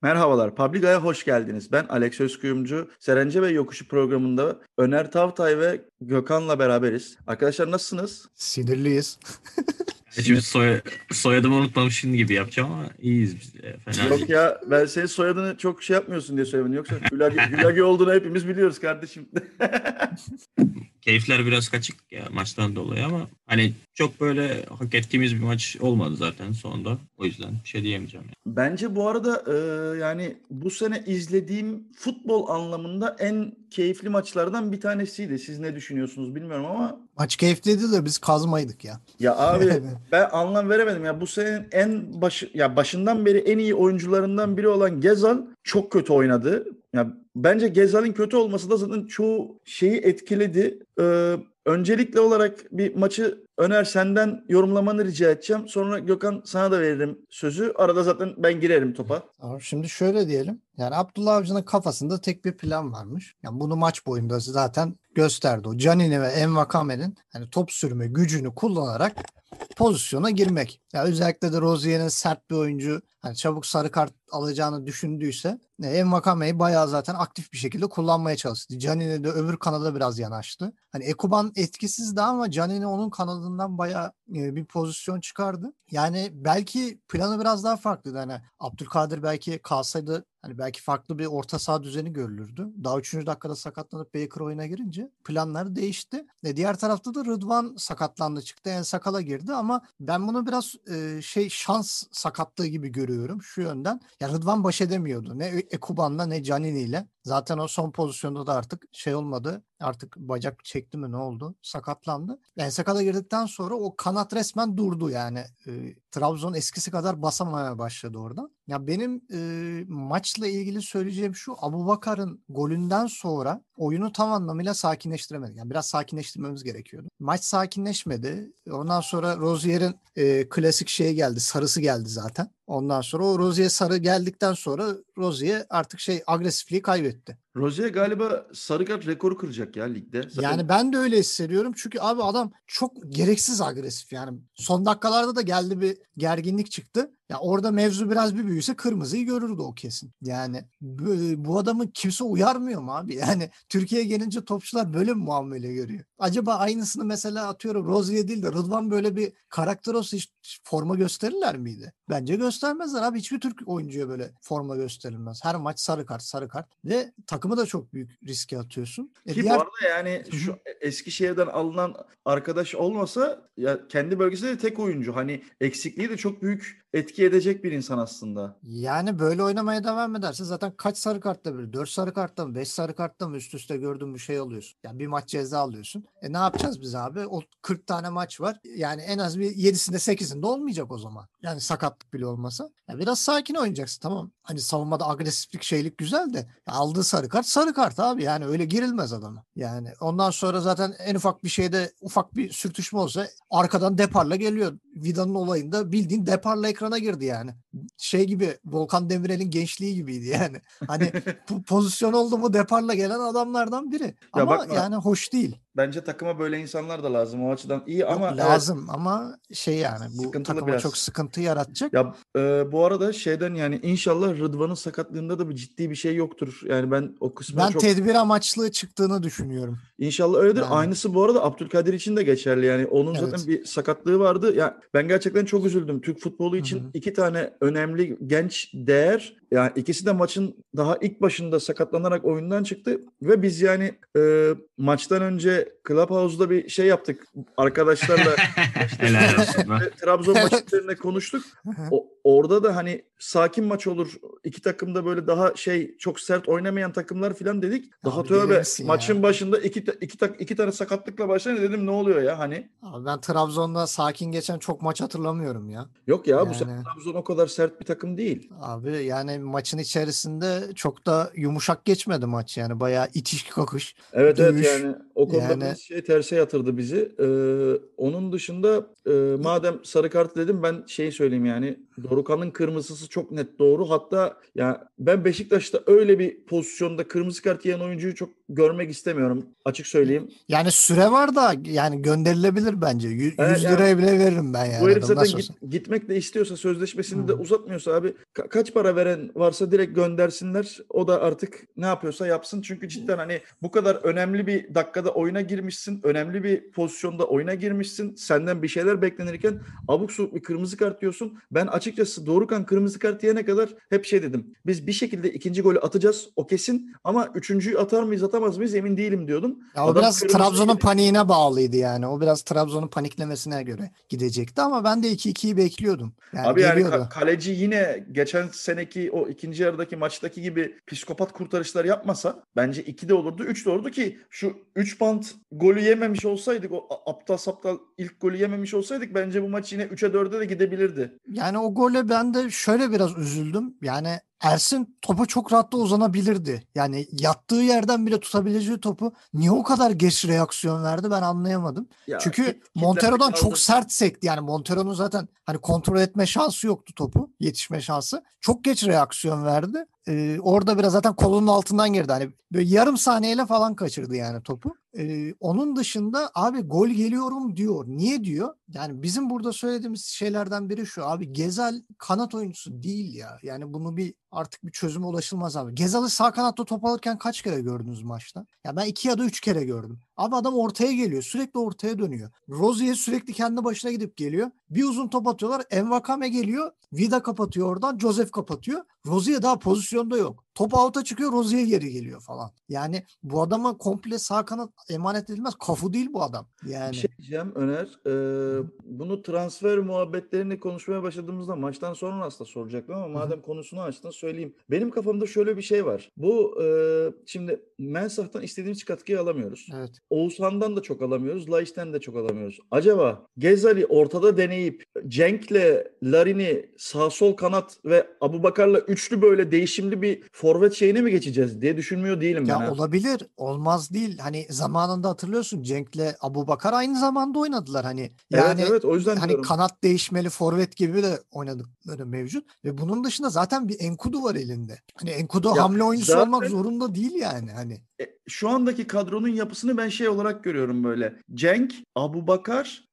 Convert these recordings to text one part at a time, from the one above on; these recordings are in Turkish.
Merhabalar, Publica'ya hoş geldiniz. Ben Alex Özkuyumcu. Serence ve Yokuşu programında Öner Tavtay ve Gökhan'la beraberiz. Arkadaşlar nasılsınız? Sinirliyiz. Şimdi soyadımı unutmamışım gibi yapacağım ama iyiyiz biz de. Fena Yok değiliz. ya, ben senin soyadını çok şey yapmıyorsun diye söylemedim. Yoksa Hülagi olduğunu hepimiz biliyoruz kardeşim. Keyifler biraz kaçık ya maçtan dolayı ama hani çok böyle hak ettiğimiz bir maç olmadı zaten sonunda. O yüzden bir şey diyemeyeceğim. Bence bu arada yani bu sene izlediğim futbol anlamında en keyifli maçlardan bir tanesiydi. Siz ne düşünüyorsunuz bilmiyorum ama Maç keyifliydi de biz kazmaydık ya. ya abi Yani ben anlam veremedim ya bu senenin başından beri en iyi oyuncularından biri olan Gezal çok kötü oynadı. Ya bence Gezal'in kötü olması da zaten çoğu şeyi etkiledi. Öncelikle olarak bir maçı Öner senden yorumlamanı rica edeceğim. Sonra Gökhan sana da veririm sözü. Arada zaten ben girerim topa. Şimdi şöyle diyelim. Yani Abdullah Avcı'nın kafasında tek bir plan varmış. Yani bunu maç boyunda zaten gösterdi. O Canini ve Envakame'nin hani top sürme gücünü kullanarak pozisyona girmek. Ya özellikle de Rozier'in sert bir oyuncu, hani çabuk sarı kart alacağını düşündüyse Envakame'yi bayağı zaten aktif bir şekilde kullanmaya çalıştı. Canini de öbür kanada biraz yanaştı. Hani Ekuban etkisizdi ama Canini onun kanadından bayağı bir pozisyon çıkardı. Yani belki planı biraz daha farklıydı. Hani Abdülkadir belki kalsaydı hani belki farklı bir orta saha düzeni görülürdü. Daha 3. dakikada sakatlanıp Baker oyuna girince planlar değişti. Diğer tarafta da Rıdvan sakatlandı çıktı. En sakala girdi ama ben bunu biraz şans sakatlığı gibi görüyorum şu yönden. Ya Rıdvan baş edemiyordu. Ne Ekuban'la ne Canini'yle. Zaten o son pozisyonda da artık şey olmadı. Artık bacak çekti mi ne oldu? Sakatlandı. Ensakala girdikten sonra o kanat resmen durdu yani. Trabzon eskisi kadar basamaya başladı orada. Ya benim maçla ilgili söyleyeceğim şu: Abubakar'ın golünden sonra oyunu tam anlamıyla sakinleştiremedik. Yani biraz sakinleştirmemiz gerekiyordu. Maç sakinleşmedi. Ondan sonra Rozier'in klasik şey geldi. Sarısı geldi zaten. Ondan sonra o Rozier sarı geldikten sonra Rozier artık agresifliği kaybetti. Rozier galiba sarı kart rekoru kıracak ya ligde. Zaten Yani ben de öyle hissediyorum. Çünkü abi adam çok gereksiz agresif. Yani son dakikalarda da geldi, bir gerginlik çıktı. Ya orada mevzu biraz bir büyüse kırmızıyı görürdü o kesin. Yani bu adamı kimse uyarmıyor mu abi? Yani Türkiye'ye gelince topçular böyle mi muamele görüyor? Acaba aynısını mesela atıyorum Rozier değil de Rıdvan böyle bir karakter olsa hiç forma gösterirler miydi? Bence göstermezler abi. Hiçbir Türk oyuncuya böyle forma gösterilmez. Her maç sarı kart, sarı kart. Ve takımı da çok büyük riske atıyorsun. ki bu arada yani şu Eskişehir'den alınan arkadaş olmasa ya kendi bölgesinde de tek oyuncu. Hani eksikliği de çok büyük etki edecek bir insan aslında. Yani böyle oynamaya devam ederse zaten kaç sarı kartta bir? 4 sarı kartta mı? 5 sarı kartta mı üst üste gördüğün bir şey alıyorsun? Yani bir maç ceza alıyorsun. Ne yapacağız biz abi? O 40 tane maç var. Yani en az bir 7'sinde 8'inde olmayacak o zaman. Yani sakatlık bile olmasa. Ya biraz sakin oynayacaksın, tamam. Hani savunmada agresiflik, şeylik güzel de ya aldığı sarı kart sarı kart abi. Yani öyle girilmez adama. Yani ondan sonra zaten en ufak bir şeyde ufak bir sürtüşme olsa arkadan Depar'la geliyor. Vida'nın olayında bildiğin Depar'la ekrana girdi yani. Şey gibi, Volkan Demirel'in gençliği gibiydi yani. Hani pozisyon oldu mu Depar'la gelen adamlardan biri. Ama bakma, yani hoş değil. bence takıma böyle insanlar da lazım. O açıdan iyi ama Yok, lazım ama yani bu sıkıntılı takıma biraz. çok sıkıntı yaratacak. Ya bu arada yani inşallah Rıdvan'ın sakatlığında da ciddi bir şey yoktur. Yani ben o kısmına Ben çok tedbir amaçlı çıktığını düşünüyorum. İnşallah öyledir. Yani. Aynısı bu arada Abdülkadir için de geçerli. Yani onun zaten Evet. bir sakatlığı vardı. Ya ben gerçekten çok üzüldüm. Türk futbolu için iki tane önemli genç değer. Yani ikisi de maçın daha ilk başında sakatlanarak oyundan çıktı ve biz yani maçtan önce Clubhouse'da bir şey yaptık arkadaşlarla. Helal olsun lan. Trabzon maçı üzerine konuştuk. Orada da hani sakin maç olur. İki takım da böyle daha çok sert oynamayan takımlar falan dedik. Daha Abi tövbe maçın maçın başında iki tane sakatlıkla başlayınca dedim ne oluyor ya hani. Abi ben Trabzon'da sakin geçen çok maç hatırlamıyorum ya. Yok ya bu Yani. Trabzon o kadar sert bir takım değil. Abi yani maçın içerisinde çok da yumuşak geçmedi maç yani. Bayağı itiş kakış, Evet dövüş. yani o konuda Yani biraz terse yatırdı bizi. Onun dışında madem sarı kart dedim ben söyleyeyim yani Dorukhan'ın kırmızısı çok net doğru. Hatta ya ben Beşiktaş'ta öyle bir pozisyonda kırmızı kart yiyen oyuncuyu çok görmek istemiyorum. Açık söyleyeyim. yani süre var da yani gönderilebilir bence. 100 Yani liraya bile veririm ben yani bu herif adam zaten nasıl olsa. gitmek de istiyorsa sözleşmesini de uzatmıyorsa abi kaç para veren varsa direkt göndersinler. O da artık ne yapıyorsa yapsın. Çünkü cidden hani bu kadar önemli bir dakikada oyuna girmişsin. Önemli bir pozisyonda oyuna girmişsin. Senden bir şeyler beklenirken abuk subuk bir kırmızı kart diyorsun. Ben açıkçası Dorukhan kırmızı kart yene kadar hep şey dedim. Biz bir şekilde ikinci golü atacağız. O kesin. Ama üçüncüyü atar mıyız atamaz mıyız emin değilim diyordum. Ya o biraz Trabzon'un paniğine bağlıydı yani. O biraz Trabzon'un paniklemesine göre gidecekti ama ben de 2-2'yi bekliyordum. Yani abi yani geliyordu. kaleci yine geçen seneki o ikinci yarıdaki maçtaki gibi psikopat kurtarışlar yapmasa bence 2 de olurdu 3 de olurdu ki şu 3 bant golü yememiş olsaydık o aptal saptal ilk golü yememiş olsaydık bence bu maç yine 3'e 4'e de gidebilirdi. Yani o gole ben de şöyle biraz üzüldüm. Yani Ersin topa çok rahat da uzanabilirdi. Yani yattığı yerden bile tutabileceği topu niye o kadar geç reaksiyon verdi ben anlayamadım. Ya, Çünkü kitlenme Montero'dan kaldı. çok sert sekti. Yani Montero'nun zaten hani kontrol etme şansı yoktu topu. Yetişme şansı. Çok geç reaksiyon verdi. Orada biraz zaten kolunun altından girdi. Hani böyle yarım saniyeyle falan kaçırdı yani topu. Onun dışında abi gol geliyorum diyor. Niye diyor? Yani bizim burada söylediğimiz şeylerden biri şu. Abi Gezal kanat oyuncusu değil ya. Yani bunu artık bir çözüme ulaşılmaz abi. Gezal'ı sağ kanatta top alırken kaç kere gördünüz maçta? Ya ben 2 ya da 3 kere gördüm. Abi adam ortaya geliyor. Sürekli ortaya dönüyor. Rozier sürekli kendi başına gidip geliyor. Bir uzun top atıyorlar. Envakame geliyor. Vida kapatıyor oradan. Joseph kapatıyor. Rozier daha pozisyonda yok. Top out'a çıkıyor. Rozier geri geliyor falan. Yani bu adama komple sağ kanat emanet edilmez. Kafu değil bu adam. Yani. Bir şey diyeceğim Öner. Bunu transfer muhabbetlerini konuşmaya başladığımızda maçtan sonra aslında soracaktım ama madem konusunu açtın söyleyeyim. Benim kafamda şöyle bir şey var. Bu şimdi Mensah'tan istediğimiz katkıyı alamıyoruz. Evet. Oğuzhan'dan da çok alamıyoruz. Laiç'ten de çok alamıyoruz. Acaba Gezal'i ortada deneyip Cenk'le Larin'i sağ sol kanat ve Abubakar'la üçlü böyle değişimli bir forvet şeyine mi geçeceğiz diye düşünmüyor değilim ben. Ya olabilir. Olmaz değil. Hani zamanında hatırlıyorsun Cenk'le Abubakar aynı zamanda oynadılar hani. Yani Evet o yüzden hani diyorum. kanat değişmeli forvet gibi de oynadıkları mevcut. Ve bunun dışında zaten bir Enkudu var elinde. Hani Enkudu Ya hamle oyuncusu zaten olmak zorunda değil yani hani. şu andaki kadronun yapısını ben şey olarak görüyorum böyle. Cenk, Abubakar,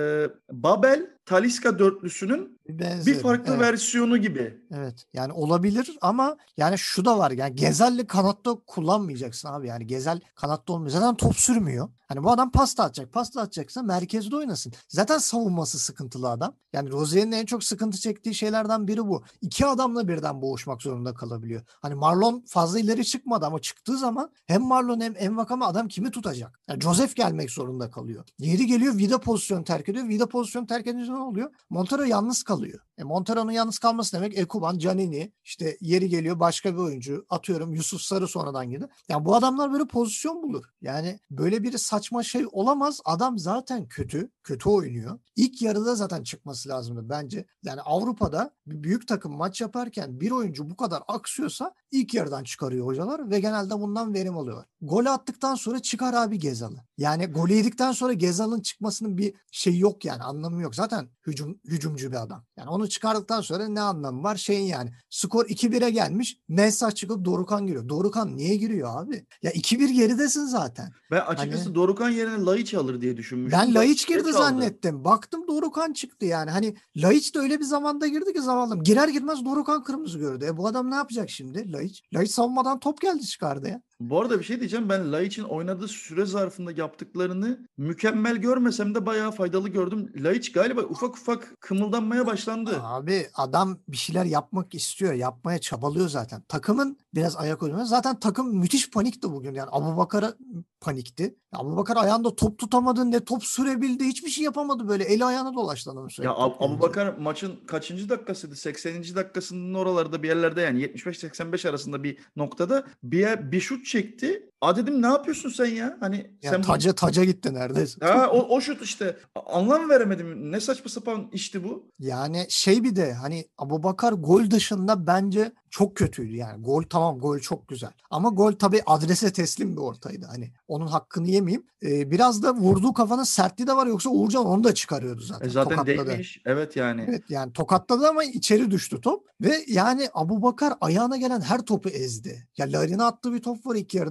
Babel, Talisca dörtlüsünün bir Benzeri. farklı Evet. versiyonu gibi. Evet. Yani olabilir ama yani şu da var. Yani Gezal'li kanatta kullanmayacaksın abi. Yani Gezal kanatta olmuyor. Zaten top sürmüyor. Hani bu adam pasta atacak. Pasta atacaksa merkezde oynasın. Zaten savunması sıkıntılı adam. Yani Rozier'in en çok sıkıntı çektiği şeylerden biri bu. 2 adamla birden boğuşmak zorunda kalabiliyor. Hani Marlon fazla ileri çıkmadı ama çıktığı zaman hem Marlon hem Envakame adam kimi tutacak? Yani Joseph gelmek zorunda kalıyor. Yeri geliyor Vida pozisyon terk ediyor. Vida pozisyon terk edince ne oluyor? Montero yalnız kalıyor. Montero'nun yalnız kalması demek Ekuban, Canini, işte yeri geliyor başka bir oyuncu, atıyorum Yusuf Sarı sonradan girdi. Yani bu adamlar böyle pozisyon bulur. Yani böyle bir saçma şey olamaz. Adam zaten kötü oynuyor. İlk yarıda zaten çıkması lazımdı bence. Yani Avrupa'da bir büyük takım maç yaparken bir oyuncu bu kadar aksıyorsa ilk yarıdan çıkarıyor hocalar ve genelde bundan verim alıyorlar. Golü attıktan sonra çıkar abi Gezal'ı. Yani golü yedikten sonra Gezal'ın çıkmasının bir şeyi yok yani anlamı yok. Zaten hücumcu bir adam. Yani onu çıkardıktan sonra ne anlamı var? Şeyin yani skor 2-1'e gelmiş. Mensah çıkıp Dorukhan giriyor. Dorukhan niye giriyor abi? Ya 2-1 geridesin zaten. Ben açıkçası Hani Dorukhan yerine Laiç alır diye düşünmüştüm. ben Laiç girdi Geç aldı. zannettim. Baktım Dorukhan çıktı yani. Hani Laiç de öyle bir zamanda girdi ki zavallım. Girer girmez Dorukhan kırmızı gördü. Bu adam ne yapacak şimdi Laiç? Laiç savunmadan top geldi çıkardı ya. Bu arada bir şey diyeceğim. Ben Laiç'in oynadığı süre zarfında yaptıklarını mükemmel görmesem de bayağı faydalı gördüm. Laiç galiba ufak ufak kımıldanmaya başlandı. Abi adam bir şeyler yapmak istiyor. Yapmaya çabalıyor zaten. Takımın biraz ayak oynuyor. Zaten takım müthiş panikti bugün. Yani Abubakar'a panikti. Abubakar ayağında top tutamadı. Ne top sürebildi. Hiçbir şey yapamadı böyle. Eli ayağına dolaştı adamın sürekli. Ya Abubakar maçın kaçıncı dakikasıydı? 80. dakikasının oralarda bir yerlerde yani 75-85 arasında bir noktada bir şut çekti. Dedim ne yapıyorsun sen ya? Hani Yani sen taca gitti neredeyse. o şut işte anlam veremedim. Ne saçma sapan işti bu. Yani bir de hani Abubakar gol dışında bence çok kötüydü yani. Gol tamam gol çok güzel. Ama gol tabii adrese teslim bir ortaydı. Hani onun hakkını yemeyeyim. Biraz da vurduğu kafanın sertliği de var yoksa Uğurcan onu da çıkarıyordu zaten. Zaten Tokatladı. değmiş. Evet yani. Evet yani tokatladı ama içeri düştü top. Ve yani Abubakar ayağına gelen her topu ezdi. Ya Larin'e attığı bir top var ilk yarıda.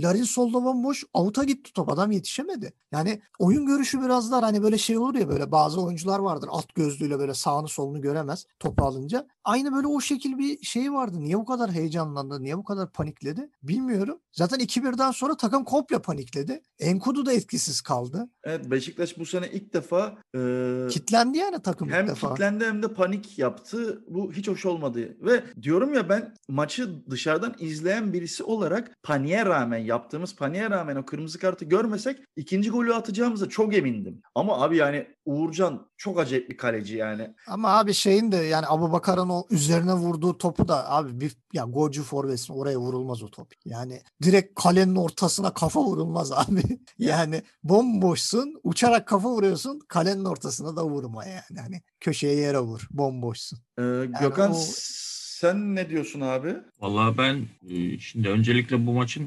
Larin solda bomboş. Avuta gitti top. Adam yetişemedi. Yani oyun görüşü biraz daha hani böyle şey olur ya, böyle bazı oyuncular vardır. Alt gözlüğüyle böyle sağını solunu göremez topu alınca. Aynı böyle o şekil bir şey vardı. Niye bu kadar heyecanlandı? Niye bu kadar panikledi? Bilmiyorum. Zaten 2-1'den sonra takım komple panikledi. Enkudu da etkisiz kaldı. Evet, Beşiktaş bu sene ilk defa Kitlendi yani takım ilk hem defa. kitlendi hem de panik yaptı. Bu hiç hoş olmadı. Ve diyorum ya, ben maçı dışarıdan izleyen birisi olarak yaptığımız paniğe rağmen o kırmızı kartı görmesek ikinci golü atacağımıza çok emindim. Ama abi yani Uğurcan çok acayip bir kaleci yani. Ama abi şeyin de yani Abubakar'ın o üzerine vurduğu topu da abi bir ya golcü forvetsin, oraya vurulmaz o top. Yani direkt kalenin ortasına kafa vurulmaz abi. Yani bomboşsun, uçarak kafa vuruyorsun, kalenin ortasına da vurma yani. Hani köşeye yere vur, bomboşsun. Gökhan, o- sen ne diyorsun abi? Vallahi ben şimdi öncelikle bu maçın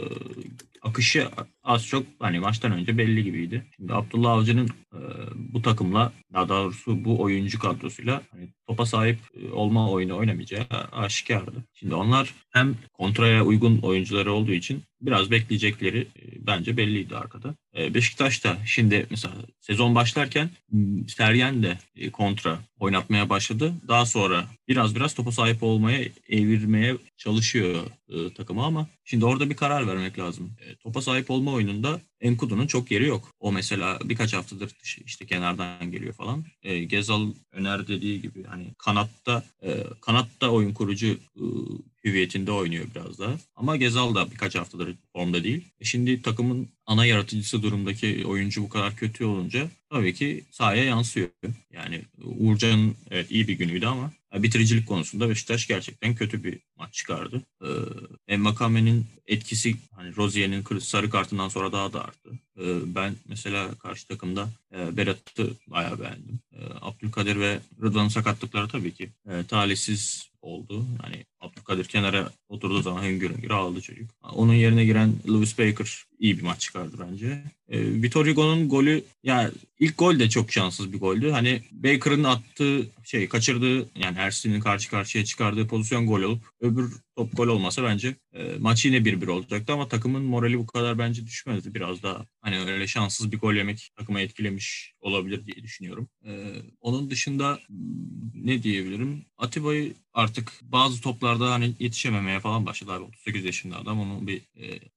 akışı az çok hani maçtan önce belli gibiydi. Şimdi Abdullah Avcı'nın bu takımla, daha doğrusu bu oyuncu kadrosuyla hani topa sahip olma oyunu oynamayacağı aşikardı. Şimdi onlar hem kontraya uygun oyuncuları olduğu için biraz bekleyecekleri bence belliydi arkada. Beşiktaş da şimdi mesela sezon başlarken Sergen de kontra oynatmaya başladı. Daha sonra biraz topa sahip olmaya, evirmeye çalışıyor takımı ama şimdi orada bir karar vermek lazım. Topa sahip olma oyununda Enkudu'nun çok yeri yok. O mesela birkaç haftadır işte kenardan geliyor falan. Gezal Öner dediği gibi hani kanatta oyun kurucu hüviyetinde oynuyor biraz daha. Ama Gezal da birkaç haftadır formda değil. Şimdi takımın ana yaratıcısı durumdaki oyuncu bu kadar kötü olunca tabii ki sahaya yansıyor. Yani Uğurcan'ın evet iyi bir günüydü ama bitiricilik konusunda Beşiktaş gerçekten kötü bir maç çıkardı. Envakame'nin etkisi hani Rozier'in sarı kartından sonra daha da arttı. Ben mesela karşı takımda Berat'ı bayağı beğendim. Abdülkadir ve Rıdvan'ın sakatlıkları tabii ki talihsiz oldu. Hani Abdülkadir kenara oturduğu zaman hüngür hüngür ağladı çocuk. Onun yerine giren Lewis Baker iyi bir maç çıkardı bence. Vitor Hugo'nun golü, yani ilk gol de çok şanssız bir goldü. Hani Baker'ın kaçırdığı, yani Ersin'in karşı karşıya çıkardığı pozisyon gol olup öbür top gol olmasa bence maç yine 1-1 olacaktı ama takımın morali bu kadar bence düşmezdi. Biraz daha hani öyle şanssız bir gol yemek takımı etkilemiş olabilir diye düşünüyorum. Onun dışında ne diyebilirim? Atiba'yı artık bazı toplarda hani yetişememeye falan başladı abi. 38 yaşında adam. Onun bir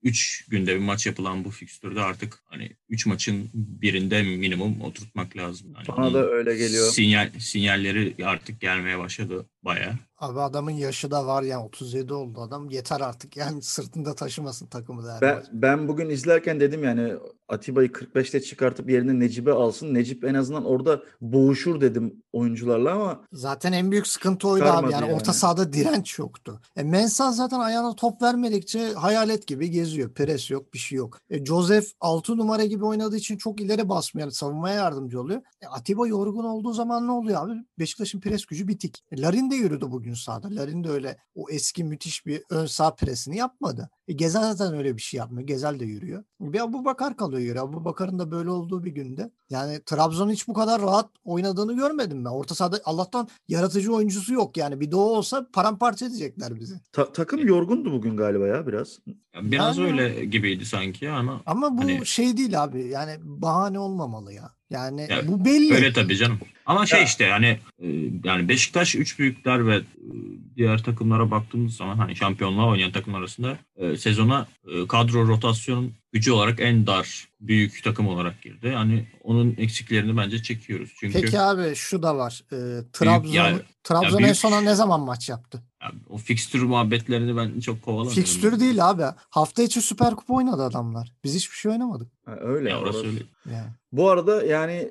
3 günde bir maç yapılan bu fikstürde artık hani 3 maçın birinde minimum oturtmak lazım. Yani Bana da öyle geliyor. Sinyalleri artık gelmeye başladı bayağı. Abi adamın yaşı da var yani, 37 oldu adam. Yeter artık yani, sırtında taşımasın takımı da her Ben, maç. ben bugün izlerken dedim yani Atiba'yı 45'te çıkartıp yerine Necip'e alsın. Necip en azından orada boğuşur dedim oyuncularla ama Zaten en büyük sıkıntı oydu abi. çıkarmadı Yani orta yani. sahada direnç yoktu. Mensah zaten ayağına top vermedikçe hayalet gibi geziyor. Pres yok, bir şey yok. Joseph 6 numara gibi oynadığı için çok ileri basmıyor. Yani savunmaya yardımcı oluyor. Atiba yorgun olduğu zaman ne oluyor abi? Beşiktaş'ın pres gücü bitik. Larin de yürüdü bugün sahada. Larin de öyle o eski müthiş bir ön sağ presini yapmadı. Gezel zaten öyle bir şey yapmıyor. Gezel de yürüyor. Bir Abubakar kalıyor yürüyor. Abubakar'ın da böyle olduğu bir günde. Yani Trabzon'un hiç bu kadar rahat oynadığını görmedim ben. Orta sahada Allah'tan yaratıcı oyuncusu yok yani. Bir Doğu olsa paramparça edecekler bizi. Takım yorgundu bugün galiba ya biraz. Yani biraz Yani öyle gibiydi sanki ama bu hani şey değil abi. Yani bahane olmamalı ya. Yani ya, bu belli. öyle tabii canım. Ama Ya, işte hani yani Beşiktaş üç büyükler ve diğer takımlara baktığımız zaman hani şampiyonluğa oynayan takımlar arasında sezona kadro rotasyon gücü olarak en dar büyük takım olarak girdi. Yani onun eksiklerini bence çekiyoruz. Çünkü Peki abi şu da var. büyük ya Trabzon en büyük sona ne zaman maç yaptı? ya o fikstür muhabbetlerini ben çok kovalamıyorum. Fikstür değil abi. Hafta içi Süper Kupa oynadı adamlar. Biz hiçbir şey oynamadık. öyle Ya orası orası. öyle. Yani. Bu arada yani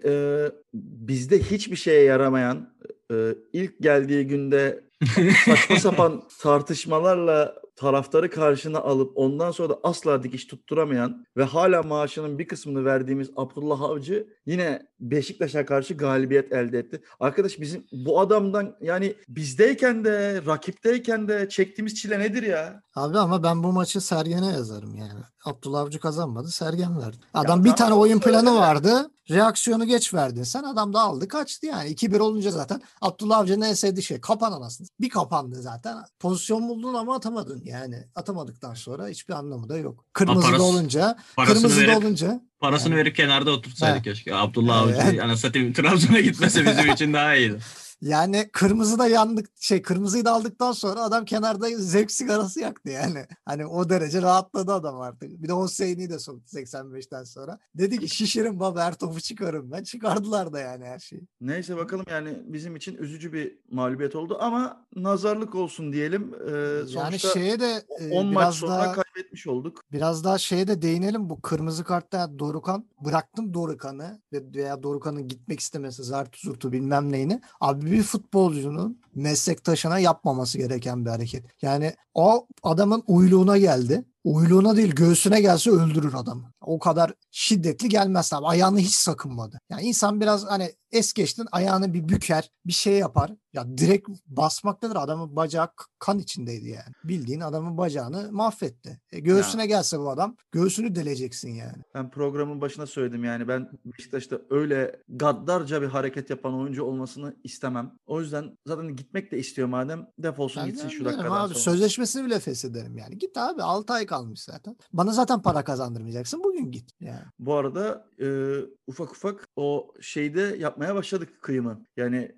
bizde hiçbir şeye yaramayan ilk geldiği günde saçma sapan tartışmalarla taraftarı karşına alıp ondan sonra da asla dikiş tutturamayan ve hala maaşının bir kısmını verdiğimiz Abdullah Avcı yine Beşiktaş'a karşı galibiyet elde etti. Arkadaş, bizim bu adamdan yani bizdeyken de rakipteyken de çektiğimiz çile nedir ya? Abi ama ben bu maçı Sergen'e yazarım yani. Abdullah Avcı kazanmadı, Sergen verdi. Ya Adam bir tane tamam, oyun öyle planı de. vardı. Reaksiyonu geç verdin sen. Adam da aldı kaçtı yani. 2-1 olunca zaten Abdullah Avcı'nın en sevdiği şey kapan anasını. Bir kapandı zaten. Pozisyon buldun ama atamadın. Yani atamadıktan sonra hiçbir anlamı da yok. Kırmızı da parası- olunca, parasını kırmızı da verip- olunca Parasını yani- verip kenarda otursaydık He. keşke. Abdullah Evet. Avcı anasını satayım Trabzon'a gitmese bizim için daha iyiydi. Yani kırmızıyı da aldıktan sonra adam kenarda zevk sigarası yaktı yani. Hani o derece rahatladı adam artık. Bir de Hüseyin'i de soktu 85'ten sonra. Dedi ki şişirin baba, her topu çıkarım ben. Çıkardılar da yani her şeyi. Neyse bakalım, yani bizim için üzücü bir mağlubiyet oldu ama nazarlık olsun diyelim. Yani Sonuçta şeye de 10 maç biraz sonra daha kaybetmiş olduk. Biraz daha şeye de değinelim. Bu kırmızı kartta Dorukhan, bıraktım Dorukhan'ı veya Dorukhan'ın gitmek istemesi, zartı zurtu bilmem neyini. Abi bir futbolcunun meslektaşına yapmaması gereken bir hareket. Yani o adamın uyluğuna geldi. Uyluğuna değil, göğsüne gelse öldürür adamı. O kadar şiddetli gelmez tabii. Ayağını hiç sakınmadı. Yani insan biraz hani es geçtin, ayağını bir büker, bir şey yapar. Ya direkt basmak nedir? Adamın bacağı kan içindeydi yani. Bildiğin adamın bacağını mahvetti. Göğsüne gelse bu adam, göğsünü deleceksin yani. Ben programın başına söyledim, yani ben Beşiktaş'ta öyle gaddarca bir hareket yapan oyuncu olmasını istemem. O yüzden zaten gitmek de istiyor, madem defolsun Ben gitsin şu derim dakikadan abi, sonra. sözleşmesini bile feshederim yani. Git abi, 6 ay kalmış zaten. Bana zaten para kazandırmayacaksın. Bugün git. Yani. Bu arada ufak ufak o şeyde yapmaya başladık kıyımı. Yani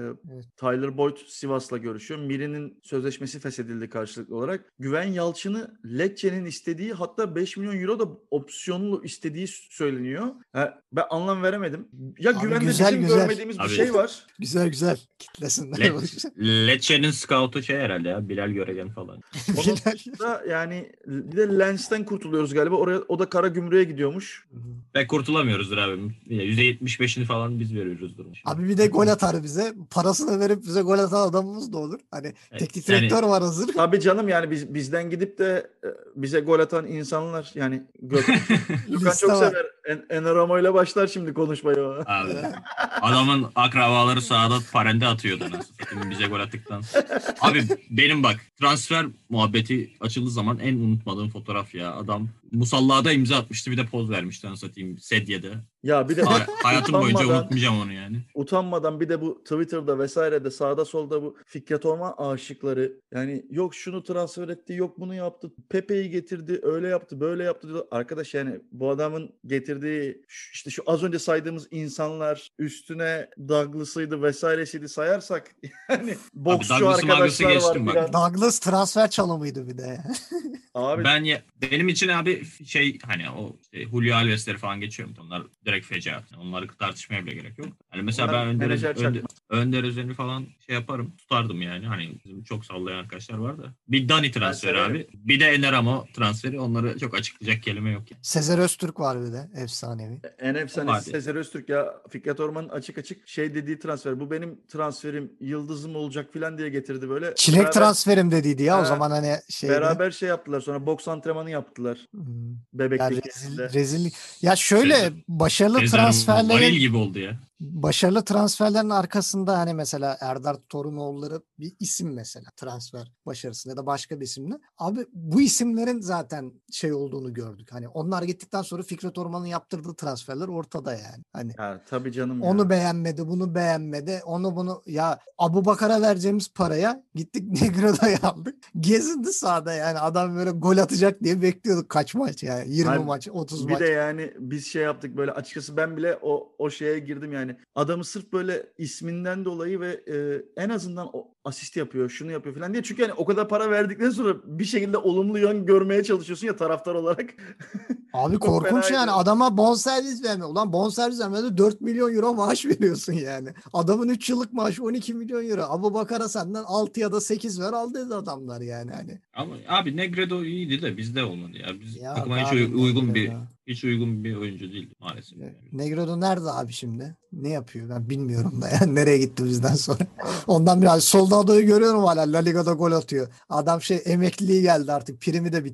Tyler Boyd Sivas'la görüşüyor. Miri'nin sözleşmesi feshedildi karşılıklı olarak. Güven Yalçın'ı Lecce'nin istediği, hatta 5 milyon euro da opsiyonlu istediği söyleniyor. Ben anlam veremedim. Ya Abi Güven'de güzel, bizim güzel. görmediğimiz bir Abi- şey var. Güzel. Kitlesinler. Lecce'nin scoutu şey herhalde ya. Bilal Göregen falan. Onun da yani bir de Lens'ten kurtuluyoruz galiba. Oraya, o da Karagümrük'e gidiyormuş. Ve kurtulamıyoruzdur abi. %75'ini falan biz veriyoruzdur. Abi bir de gol atar bize. Parasını verip bize gol atan adamımız da olur. Hani teknik yani- direktör var hazır. Tabii canım, yani bizden gidip de bize gol atan insanlar, yani Gökhan Liste çok var. sever. Enaramo ile başlar şimdi konuşmayı o. Abi, adamın akrabaları sahada parende atıyordu nasıl satayım bize gol attıktan. Abi benim bak transfer muhabbeti açıldığı zaman en unutmadığım fotoğraf ya. Adam musallada imza atmıştı, bir de poz vermişti anasını satayım sedyede. Ya bir de Hayatım boyunca utanmadan- unutmayacağım onu yani. Utanmadan bir de bu Twitter'da vesairede sağda solda bu Fikret Orman aşıkları, yani yok şunu transfer etti, yok bunu yaptı, Pepe'yi getirdi, öyle yaptı, böyle yaptı diyor. Arkadaş, yani bu adamın getirdiği işte şu az önce saydığımız insanlar, üstüne Douglas'ıydı vesairesiydi sayarsak yani boksçu Douglas'ı arkadaşlar var geçtim bak. filan. Douglas transfer çalımıydı bir de. Abi Benim için abi şey hani o işte Julio Alves'leri falan geçiyorum. Onlar direkt fecaat. Onları tartışmaya bile gerek yok. Hani mesela Onlar ben menajer çakma. Önder Özen'i falan şey yaparım. Tutardım yani. Hani bizim çok sallayan arkadaşlar var da. Bir Dani transferi severim. abi. Bir de Eneramo transferi. Onları çok açıklayacak kelime yok yani. Sezer Öztürk var bir de. Efsanevi. en O efsanesi vardı. Sezer Öztürk ya. Fikret Orman'ın açık açık şey dediği transfer. Bu benim transferim, yıldızım olacak filan diye getirdi böyle. Çilek Beraber- transferim dediydi ya o Ha, zaman hani şeyde. Beraber şey yaptılar, sonra boks antrenmanı yaptılar. Hmm. Ya Bebeklik. rezillik. Ya şöyle Sezer- başarılı Sezer Varil transferlerin gibi oldu ya. Başarılı transferlerin arkasında hani mesela Erdar Torunoğulları bir isim mesela transfer başarısında ya da başka bir isimle. Abi bu isimlerin zaten şey olduğunu gördük. Hani onlar gittikten sonra Fikret Orman'ın yaptırdığı transferler ortada yani. Hani Ya tabii canım ya. onu beğenmedi, bunu beğenmedi. Onu bunu ya Abubakar'a vereceğimiz paraya gittik Negro'da aldık. Gezindi sahada yani. Adam böyle gol atacak diye bekliyorduk kaç maç yani. 20 Hayır, maç, 30 bir maç. de yani biz şey yaptık böyle, açıkçası ben bile o şeye girdim yani. Adamı sırf böyle isminden dolayı ve en azından o asist yapıyor, şunu yapıyor falan diye. Çünkü yani o kadar para verdikten sonra bir şekilde olumlu yön görmeye çalışıyorsun ya taraftar olarak. Abi Çok korkunç fenaydı. yani, adama bonservis vermiyor. Ulan bonservis vermede 4 milyon euro maaş veriyorsun yani. Adamın 3 yıllık maaşı 12 milyon euro. Abubakar'a senden 6 ya da 8 ver al dedi adamlar yani hani. Ama abi Negredo iyiydi de bizde olmadı ya. Biz Ya takıma hiç abi, uygun bir Negredo. hiç uygun bir oyuncu değil maalesef. Negredo nerede abi şimdi? Ne yapıyor? Ben bilmiyorum da yani. Nereye gitti bizden sonra? Ondan biraz Soldado'yu görüyorum hala. La Liga'da gol atıyor. Adam emekliliği geldi artık. Primi de bitti.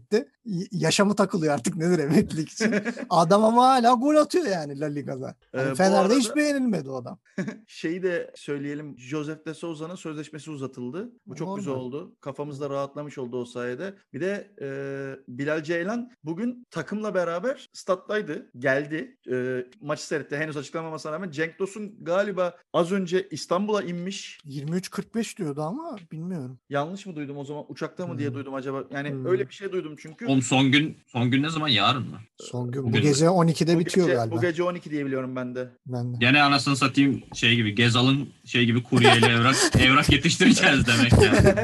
yaşamı takılıyor artık nedir emeklilik için. Adam ama hala gol atıyor yani La Liga'da. Bu Fener'de arada hiç beğenilmedi o adam. şeyi de söyleyelim. Josef de Souza'nın sözleşmesi uzatıldı. Bu çok güzel Normal. oldu. Kafamız da rahatlamış oldu o sayede. Bir de Bilal Ceylan bugün takımla beraber stat'taydı. Geldi. Maçı seyretti. Henüz açıklamamasına rağmen Cenk Tosun galiba az önce İstanbul'a inmiş. 23-45 diyordu ama bilmiyorum. Yanlış mı duydum o zaman? Uçakta mı diye duydum acaba? Yani Hmm. öyle bir şey duydum çünkü. Oğlum son gün ne zaman? Yarın mı? Son gün. Bu Bugün gece 12'de bitiyor galiba. Bu gece 12 diye biliyorum ben de. Ben de. Gene anasını satayım şey gibi Gezal'ın şey gibi kuryeyle evrak yetiştireceğiz demek yani.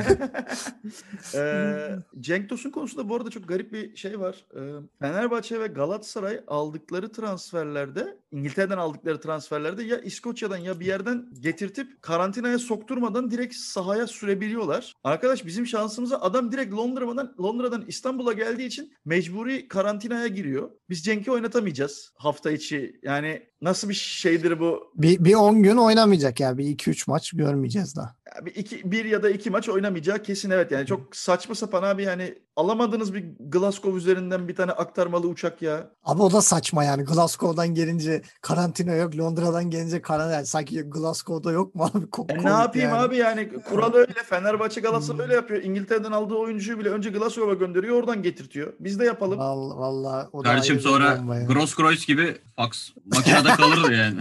Cenk Tosun konusunda bu arada çok garip bir şey var. Fenerbahçe ve Galatasaray aldıkları transferlerde, İngiltere'den aldıkları transferlerde ya İskoçya'dan ya bir yerden getirtip karantinaya sokturmadan direkt sahaya sürebiliyorlar. Arkadaş bizim şansımıza adam direkt Londra'dan İstanbul'a geldiği için mecburi karantinaya giriyor. Biz Cenk'i oynatamayacağız hafta içi. Yani nasıl bir şeydir bu? Bir 10 gün oynamayacak ya. Bir 2-3 maç görmeyeceğiz daha. Ya bir ya da iki maç oynamayacağı kesin, evet. Yani çok saçma sapan abi, yani alamadığınız bir Glasgow üzerinden bir tane aktarmalı uçak ya. Abi o da saçma yani. Glasgow'dan gelince karantina yok. Londra'dan gelince karantina. Yani sanki Glasgow'da yok mu abi? Ne yapayım abi, yani kural öyle. Fenerbahçe Galatasaray öyle yapıyor. İngiltere'den aldığı oyuncuyu bile önce Glasgow'a gönderiyor, oradan getirtiyor. Biz de yapalım. Vallahi o da Kardeşim ayrı bir sonra bomba ya. Grosskreutz gibi fax makinede kalır yani.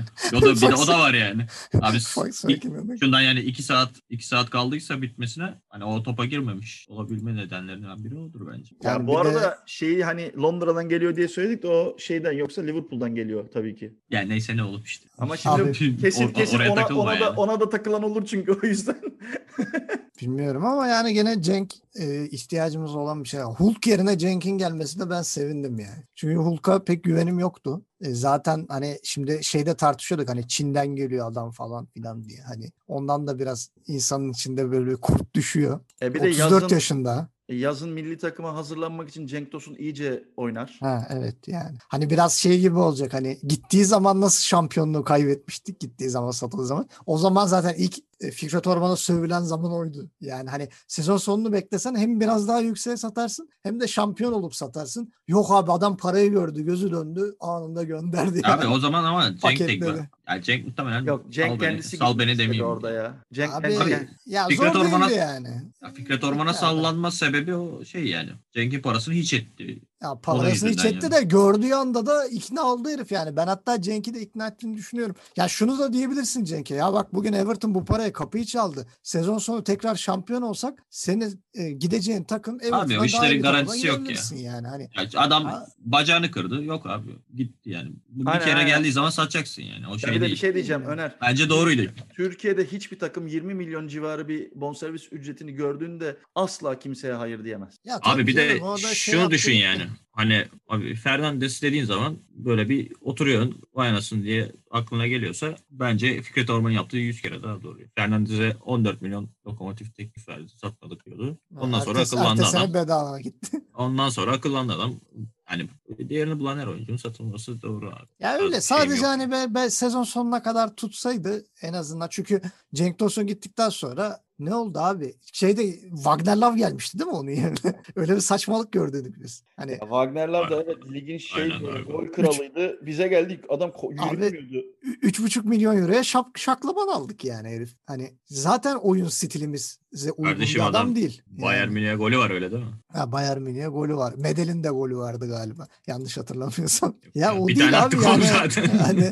O da var yani. Abi Fax makinede. şundan yani 2 saat kaldıysa bitmesine hani o topa girmemiş olabilme nedenlerinden biri odur bence. Ya Yani bu bir arada de- şeyi hani Londra'dan geliyor diye söyledik de o şeyden, yoksa Liverpool'dan geliyor tabii ki. Yani neyse ne olup işte. Ama şimdi Abi, kesin oraya takılma ona yani. da takılan olur çünkü o yüzden. Bilmiyorum ama yani gene Cenk ihtiyacımız olan bir şey. Hulk yerine Cenk'in gelmesine ben sevindim yani. Çünkü Hulk'a pek güvenim yoktu. Zaten hani şimdi şeyde tartışıyorduk hani Çin'den geliyor adam falan filan diye. Hani ondan da biraz insanın içinde böyle bir kurt düşüyor. Bir de 34 yaşında. yazın milli takıma hazırlanmak için Cenk Tosun iyice oynar. Ha evet yani. Hani biraz şey gibi olacak hani gittiği zaman nasıl şampiyonluğu kaybetmiştik gittiği zaman satıldığı zaman. O zaman zaten ilk Fikret Orman'a sövülen zaman oydu. Yani hani sezon sonunu beklesen hem biraz daha yükseğe satarsın hem de şampiyon olup satarsın. Yok abi adam parayı gördü gözü döndü anında gönderdi. Abi yani. o zaman ama Cenk Paketledi. yani Cenk muhtemelen Yok, Cenk kendisi sal beni gitmek istedi demeyeyim. orada ya. Cenk Abi kendi ya Fikret zor Orman'a- değildi yani. Ya Fikret Orman'a Yani. sallanma sebebi o şey yani. Cenk'in parasını hiç etti. Ya Onun parasını hiç yüzünden etti yani. de gördüğü anda da ikna oldu herif yani. Ben hatta Cenk'i de ikna ettiğini düşünüyorum. Ya şunu da diyebilirsin Cenk'e. Ya bak bugün Everton bu paraya kapıyı çaldı. Sezon sonu tekrar şampiyon olsak senin gideceğin takım Abi o Everton'a daha iyi işlerin bir takıma garantisi yok ya. gidebilirsin yani. Hani Ya adam Ha. bacağını kırdı. Yok abi. Gitti yani. Bir Aynen, kere aynen. geldiği zaman satacaksın yani. O Ya şey bir de bir değil. şey diyeceğim Yani. Öner. Bence doğruydu. Türkiye'de hiçbir takım 20 milyon civarı bir bonservis ücretini gördüğünde asla kimseye hayır diyemez. ya tabii Abi bir de canım, o da şey şunu yaptı düşün gitti. yani. Hani abi Fernandes dediğin zaman böyle bir oturuyorsun vay anasını diye aklına geliyorsa bence Fikret Orman yaptığı 100 kere daha doğru. Fernandes'e 14 milyon Lokomotiv teklif verdi. Satmadık diyordu. Ondan sonra akıllandı ertesi adam. sene bedava gitti. Ondan sonra akıllandı adam. Hani diğerini bulan her oyuncunun satılması doğru abi. Ya Az öyle bir şeyim sadece yok. hani sezon sonuna kadar tutsaydı en azından çünkü Cenk Tosun gittikten sonra ne oldu abi? Şeyde Wagner Love gelmişti değil mi onun yerine? Öyle bir saçmalık gördük biz. Hani Wagner Love da evet ligin Aynen öyle. gol kralıydı. Bize geldik adam Abi, yürüyemiyordu. 3,5 milyon euroya şaklaban aldık yani herif. Hani zaten oyun stilimize uygun Kardeşim bir adam adam değil. Bayern Yani. Münih'e golü var öyle değil mi? Ha, Bayern Münih'e golü var. Medel'in de golü vardı galiba. Yanlış hatırlamıyorsam. Ya o Bir değil tane abi attık yani. onu zaten. Hani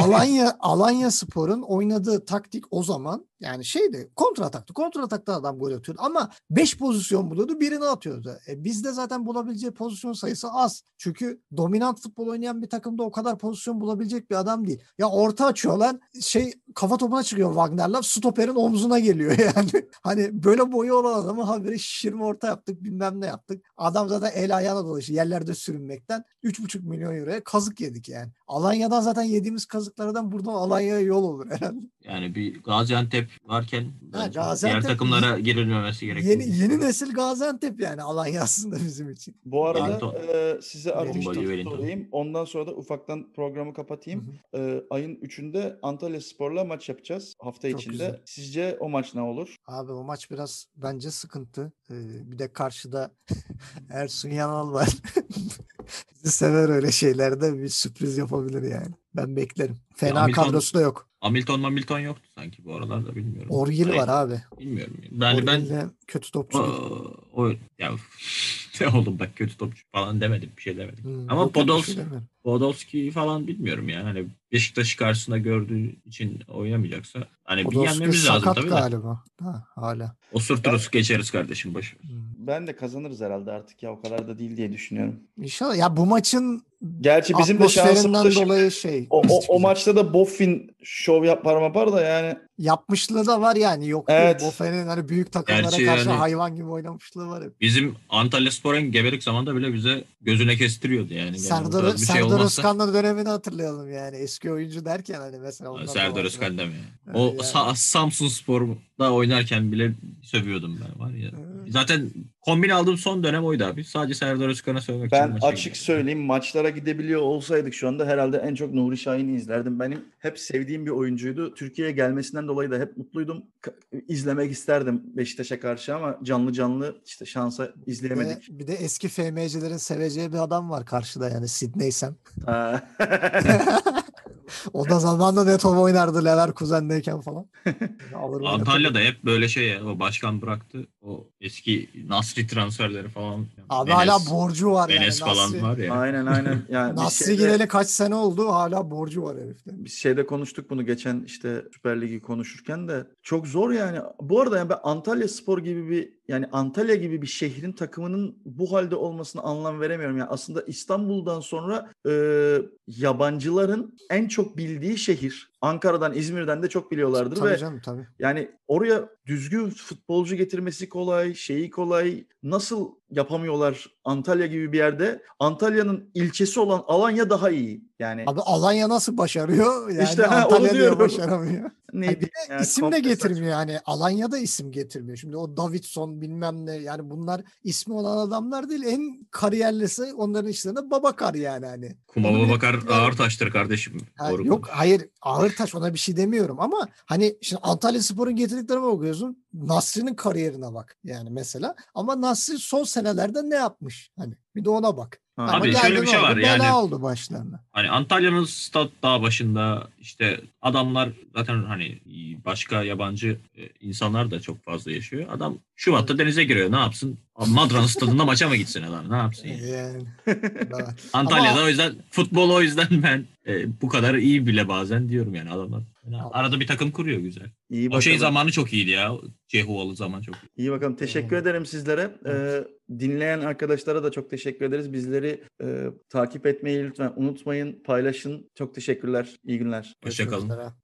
Alanya Spor'un oynadığı taktik o zaman yani şeydi kontratakta adam gol atıyordu ama 5 pozisyon buluyordu birini atıyordu. Bizde zaten bulabileceği pozisyon sayısı az. Çünkü dominant futbol oynayan bir takımda o kadar pozisyon bulabilecek bir adam değil. Ya orta açıyorlar kafa topuna çıkıyor Wagner'la stoperin omzuna geliyor yani. Hani böyle boyu olan adamı haberi şişirme orta yaptık bilmem ne yaptık. Adam zaten el ayağına dolaşıyor yerlerde sürünmekten 3,5 milyon euroya kazık yedik yani. Alanya'dan zaten yediğimiz kazıklardan buradan Alanya'ya yol olur herhalde. Yani bir Gaziantep varken bence diğer Gaziantep takımlara girilmemesi gerekiyor. yeni nesil Gaziantep yani Alanya aslında bizim için. Bu arada Hamilton. size artık Bombacı şunu Wellington. sorayım. Ondan sonra da ufaktan programı kapatayım. Ayın 3'ünde Antalyaspor'la maç yapacağız hafta Çok içinde. güzel. Sizce o maç ne olur? Abi o maç biraz bence sıkıntı. Bir de karşıda Ersun Yanal var. Bizi sever öyle şeylerde, bir sürpriz yapabilir yani. Ben beklerim. Fena Hamilton- kadrosu da yok. Hamilton yoktu sanki bu aralarda, bilmiyorum. Orgil Hani var abi. Bilmiyorum. Ben Orgil de kötü topçu değil. o ya ne oğlum, bak kötü topçu falan demedim, bir şey demedim. Ama Yok, bir şey demiyorum. Podolski falan bilmiyorum ya. Hani Beşiktaş'ı karşısında gördüğü için oynamayacaksa hani bir Podolski yenmemiz lazım sakat tabii de. galiba. Hala. Osurturuz geçeriz kardeşim, boş ver. Ben de kazanırız herhalde artık ya, o kadar da değil diye düşünüyorum. İnşallah. Ya bu maçın Gerçi bizim de şansımız da atmosferinden şimdi dolayı şey. o maçta da Boffin şov yapar da yani. Yapmışlığı da var yani. Yok Evet. değil. Bofe'nin hani büyük takımlara Gerçi karşı yani- hayvan gibi oynamışlığı var hep. Bizim Antalyaspor'un gebelik zamanında bile bize gözüne kestiriyordu yani. Yani bu tarz bir şey Serdar olmazsa- Özkan'ın dönemini hatırlayalım yani. Eski oyuncu derken hani mesela ondan Serdar da Özkan deme. Evet, O yani. Samsunspor'da oynarken bile sövüyordum ben, var ya. Evet. Zaten kombin aldığım son dönem oydu abi. Sadece Serdar Özkan'a sövmek için Ben maça açık gidiyordum. söyleyeyim, maçlara gidebiliyor olsaydık şu anda herhalde en çok Nuri Şahin'i izlerdim. Benim hep sevdiğim bir oyuncuydu. Türkiye'ye gelmesinden dolayı da hep mutluydum. İzlemek isterdim Beşiktaş'a karşı ama canlı işte şansa izleyemedik. Bir de eski FM'cilerin seveceği bir adam var karşıda yani, Sidney Sam. O da zamanla ne top oynardı Leverkusen'deyken falan. Alır Antalya'da hep böyle şey ya. O başkan bıraktı. O eski Nasri transferleri falan. Abi Menes- hala borcu var yani. Menes falan var ya. Aynen. Yani biz Nasri gireli kaç sene oldu, hala borcu var herifte. Biz şeyde konuştuk bunu geçen, işte Süper Lig'i konuşurken de çok zor yani. Bu arada yani ben Antalyaspor gibi bir, yani Antalya gibi bir şehrin takımının bu halde olmasına anlam veremiyorum. Yani aslında İstanbul'dan sonra yabancıların en çok bildiği şehir. Ankara'dan, İzmir'den de çok biliyorlardır Tabii ve canım, tabii. yani oraya düzgün futbolcu getirmesi kolay, şeyi kolay. Nasıl yapamıyorlar Antalya gibi bir yerde? Antalya'nın ilçesi olan Alanya daha iyi. Yani Abi Alanya nasıl başarıyor? Yani İşte, onu Antalya diye diyorum. başaramıyor. ne Bir de yani, isim de komple getirmiyor yani. Alanya'da isim getirmiyor. Şimdi o Davidson bilmem ne, yani bunlar ismi olan adamlar değil. En kariyerlisi onların işlerinde Babakar yani hani. Kuma Onu bile- Babakar ağır taştır kardeşim. Ha, Doğru yok konuş. hayır, Ağırtaş, ona bir şey demiyorum ama hani şimdi Antalyaspor'un getirdiklerine bakıyorsun. Nasri'nin kariyerine bak yani mesela. Ama Nasri son senelerde ne yapmış? Hani bir de ona bak. Ha. Ama Abi geldi, şöyle bir ne şey oldu? var Bela yani. oldu başlarına. Hani Antalya'nın stat dağ başında, işte adamlar zaten hani başka yabancı insanlar da çok fazla yaşıyor. Adam Şubat'ta denize giriyor, ne yapsın? Madran stadında maça mı gitsin adam, ne yapsın yani? Yani. Evet. Antalya'da Ama- o yüzden futbol, o yüzden ben bu kadar iyi bile bazen diyorum yani adamlar. Yani arada bir takım kuruyor, güzel. İyi O şey bakalım. zamanı çok iyiydi ya. Cehuvalı zaman çok iyi. İyi bakalım. Teşekkür ederim sizlere. Dinleyen arkadaşlara da çok teşekkür ederiz. Bizleri takip etmeyi lütfen unutmayın. Paylaşın. Çok teşekkürler. İyi günler. Hoşça kalın. Görüşmek üzere.